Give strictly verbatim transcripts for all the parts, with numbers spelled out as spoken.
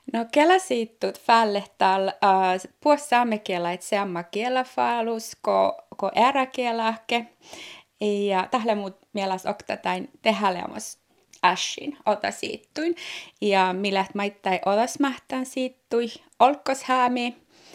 No kela siittut fällehtääl äh, puos saamekielä et seamma kielafaalus ko, ko äräkielahke. Ja tähle muut mielas oktatain tehäleamos äshin ota siittuin. Ja millät maittai otas mähtään siittui olkos häämi.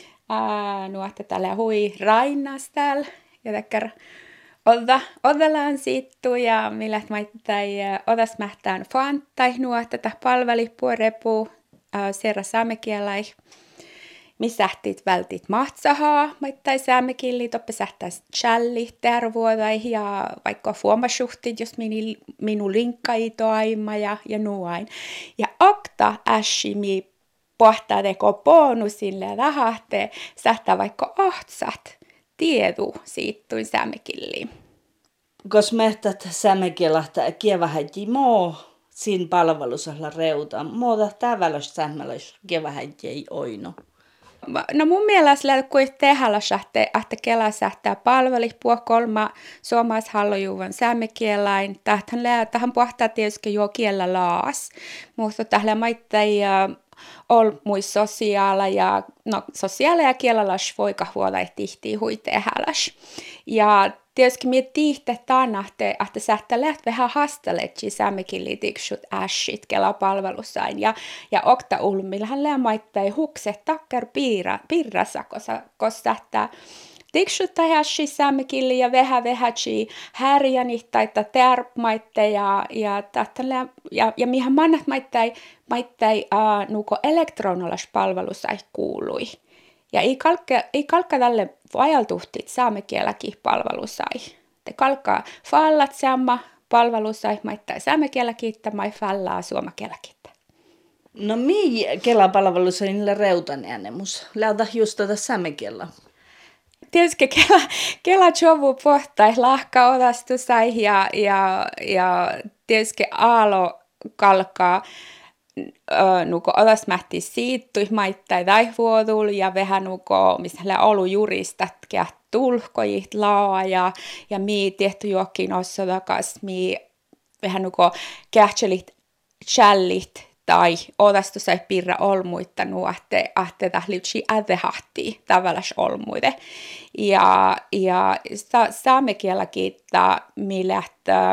Äh, nuotte tällä hui rainas täällä. Ja tekkär odda, oddallaan siittu ja millät maittai äh, otas mähtään faanttai nuotte täh palveli puorepu. Serra saamekielai, missä sähtit vältit mahtsahaa, maittai saamekilli, toppe sähtäis challi, tervuodai ja vaikka fuomasuhtit, jos mini, minu linkkaito aima ja, ja nuain. Ja okta ässi mi pohtaa teko bonusille rahahte, sähtää vaikka ohtsat tiedu siittuin saamekilliin. Kos mehtät saamekielahta kievähäji moo, siinä palvelusella reuta. Muuta täväläs sämmälös kevähäjei oino. No mun mielestä kun tehdään sähte, että Kela sähtää palveli puo kolma suomalaishallojuvan saamekielain. Tähän lää, tähän pohtaa tietysti jo kielä laas. Mutta tähän maittai ol mui sosiaala ja no sosiaala ja kielalas voika huola tihtii hui tehdäläs. Ja tietysti miettii tänahte, että sähtä läht vähän hastaletsi saamekillitiksut äshit Kela-palvelusain. Ja, ja okta ulmillahan lää maittai hukset takkar piirra, piirrasa, koska sähtää tiksut tai äshi saamekilli ja vähän vähätsi härjänit tai terpmaitte ja, ja, ja, ja, ja mihän mannat maittai, maittai uh, nuko elektronolas palvelusai kuului. Ja ei kalkka, ei kalkka tälle vajaltuhtit saamekielläkin palvelusai. Te kalkkaa fallat samma palvelusai, maittai saamekielläkin, tai fallaa suomakielläkin. No mii Kela-palvelusai niillä reutan äänemus? Läytä just tätä saamekielä. Tietysti Kela, Kela jovu pohtai lahka odastusai ja, ja, ja tietysti aalo kalkaa. Nuko otas mähti siittui maittai daivuodul ja vähän nuko missä hän ollut juristat kää tulkojit laa ja ja mi tehty jokin ossa takas mi vähän nuko kähtselit challit tai odastusai pirra olmuitta nuotte ahte tahliutsi ävehahti tavallas olmuide ja ja sa, saamekielläkin millä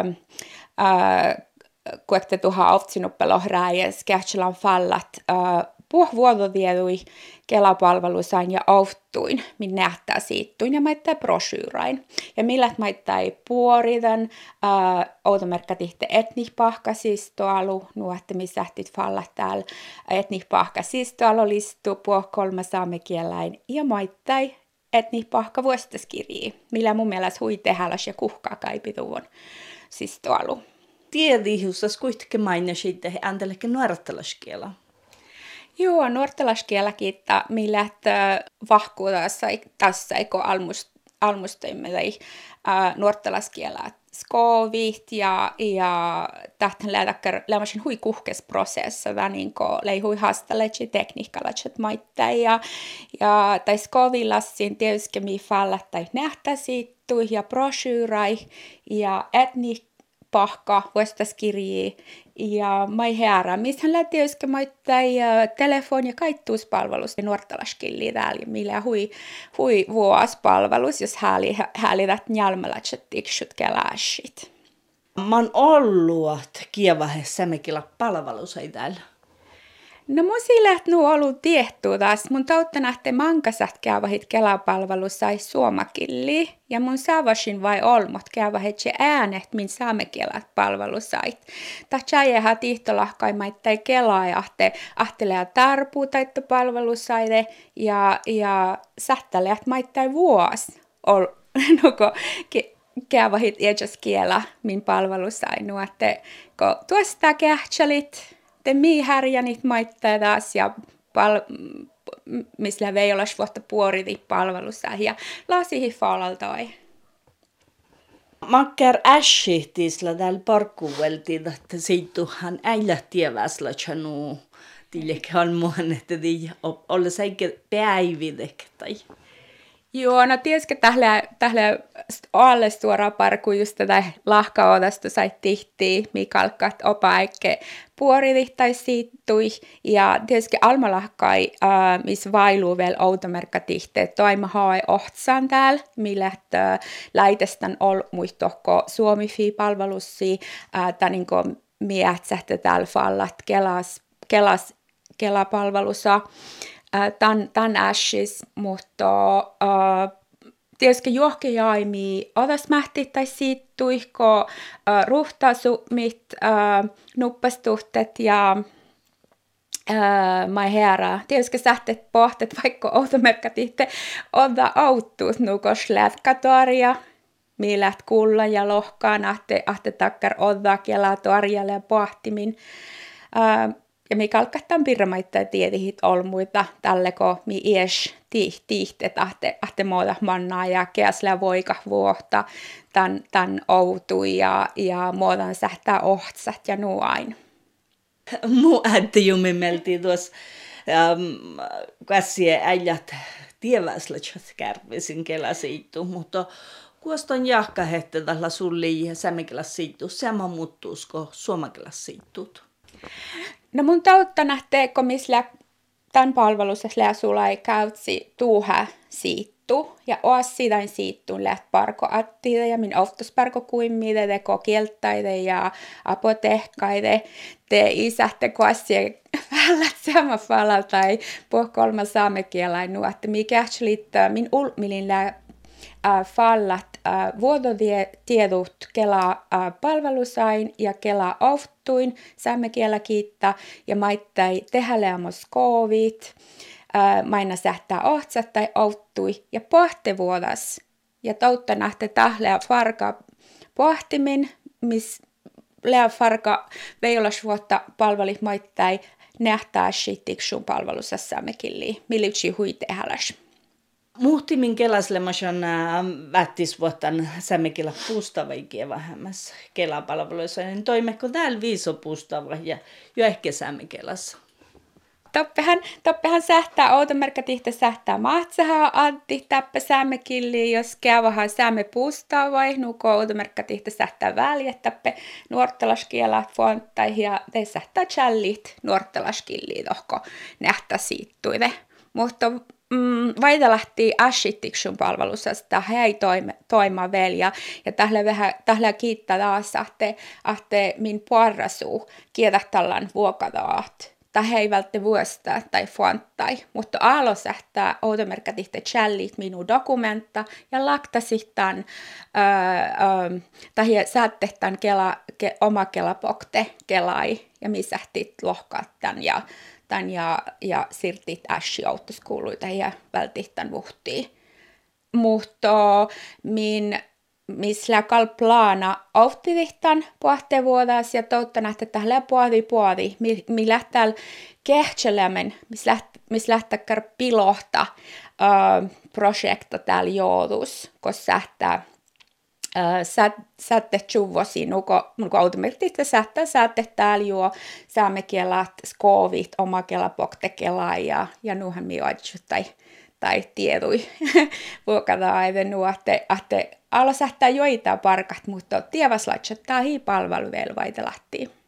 kuekte tuha avtsinuppelo ja skähtselan fallat uh, puhvuodotiedui Kela-palvelusain ja auftuin, min nähtää siittuin ja maittai brosyyrain. Ja millät maittai puoridan, uh, outomerkkatihte etnihpahkasistoalu, nuotte missä sähtit fallat täällä etnihpahkasistoalu listu puh kolma saamekielain ja maittai etnihpahka vuostaskirjii, millä mun mielestä hui tehäläs ja kuhkaa kaipituun sistoalu. Tiedi hussas kuitenkin mainia siitä, ääntelekö nuorttalaskielä? Joo, nuorttalaskielläkin, millä vahkuudessa tässä eikö almustoimme tai nuorttalaskielä skoovit ja, ja tähtän lähdäkään lämmäisen hui kuhkesprosessa, vaan niin kuin lei hui haastaletsi tekniikkalatset maittain ja, ja tai skoovilassin tietysti mi fallat tai nähtäisittui ja brosyyrai ja etnik pahka vuostaskirjii ja mai häärä. Missähän lähti joskin maittai telefon- ja kaittuuspalvelus ja nuorttalaskilli täällä, millä hui, hui vuospalvelus, jos hääli, häälivät njalmalatset tiksut keläsit. Mä oon ollut kievahe sämekillä palvelus ei täällä. No mun sillä nu ollut tiehtuu taas. Mun tautta nähte mankasat käyvahit Kela-palvelus sai suomakilli. Ja mun saavasin vai olmot käyvahit se äänet, min saamekielät palvelus sait. Tahtsäjähän tihtolahkaimaittai Kelaa ja ahte, ahtelee tarpuu taitto palvelus saide. Ja, ja sähtäleät maittai vuos. Ol, nuko, ke, käyvahit edes kielä, min palvelus sai nuotte. Ko tuosta kähtsälit. Te mii härjänit maittaa taas ja pal- missä vei olla vuotta puoriti palvelussa ja lasihi falaltoi. Makkar äshihtisla täällä parkkuveltiin, että siittuhan äillä tieväsla chanu tilekään muun, että olla säikä päividek tai. Joo, no tiesikö tähle, tähle alle suoraan parku just tätä lahkaodasta sai tihtiä, mikalkat opa-aikke puorilihtai siittui, ja tiesikö almalahkai, äh, missä vailuu vielä outomerkka tihteet, toima hae ohtsaan täällä, millä äh, läitestän ol muistohko Suomi-fi-palvelussi, äh, tai niin kuin mietsähtä täällä fallat kelas, kelas, kelapalvelussa. Tän, tän ässis, mutta äh, tietysti johkejaimia otas mähti tai siittui, kun äh, ruhtasumit, äh, nuppastuhtet ja äh, mai herra. Tietysti sähtet pohtet, vaikka automerkkat itse odda auttuus nukos lätkatoria, millä kulla ja lohkaan, ahte, ahte takkar odda kelaa torjalle ja pohtimin. Äh, Ja mikä alkaa pirmaittaa tietihit olmuita tälle, kun mi ies tihti, että ahte, ahte muuta mannaa ja keäslä voika vuotta tämän, tämän outui ja, ja muutan sähtää ohtsat ja nuain. Mu äänti jumimeltiin tuossa ähm, käsiä äijät tieväslätsät kärvisin kelasiittu, mutta kuoston jahka hette tällä sulli ja sämikelasiittu, sama muuttuusko suomakelasiittut? No mun tautta nähtee, kun missä tämän palvelussa sulla ei käytsi tuuhä siittu. Ja oas siitä siittuun läht parko attiide ja min oftos parko kuimmiide, teko kieltaide ja apotehkaide. Te isähte koasia vällät sama falal tai puh kolma saamekielain nuotte. Mikä liittyy min ulmilin lä Äh, fallat äh, vuodotiedut kela äh, palvelusain ja kela oftuin saamme kielä kiittää ja maittai tehäleamos koovit, äh, maina sähtää ohtsat tai oftui ja pohtevuodas ja toutta nähtä tahlea farka pohtimin, miss lea farka veilas vuotta palveli maittai nähtää shittiksun palvelussa saamme killi, millyksi hui tehäläs. Muhtimin kelaslemmasan vättis vuotan sämmekillä puustavaikia vähemmässä kelapalveluissa, niin toimeko täällä viiso puustava ja jo ehkä sämmekelassa? Toppehan, toppehan sähtää, outomerkka tihtä sähtää mahtsahaa antti, täppä sämmekilli, jos käyvähän sämme puustavai, nuko outomerkka tihtä sähtää väliä, täppä nuorttalaskielä fontai ja te sähtää challit nuorttalaskilli tohko nähtä siittuide. Mutta Mm, Vaitelahti Ashittiksun palvelussa, että he ei toime, toima vielä. Ja, ja tähle vähän tähle kiittää taas, että, että min puarrasu kiedähtälän vuokadaat. Tai he ei välttämättä vuosta tai fonttai, mutta aalos sähtää outomerkatihte challit minun dokumenta ja laktasihtan tai sättehtan kela, ke, oma kelapokte kelai ja misähtit lohkaat tämän ja Tän ja, ja sirtit ässi autoskuluita ja vältihtan vuhtiin. Mutta min missä kal plana auttidihtan puhtevuodas ja toutta nähtä tähän puoli puoli, mi lähtää kehtselämen, missä mis lähtäkär pilota äh, projekta täällä joudus, kun sähtää sätte tjuvosi, nuko, nuko automerkittä sähtää sätte täällä juo saamme kielat skoovit, oma kela pokte kela ja, ja nuuhan mioitsu tai, tai tiedui vuokata aivan nuo, että alo sähtää joitain parkat, mutta tievaslaitset tää hii palvelu vielä vaitelahtiin.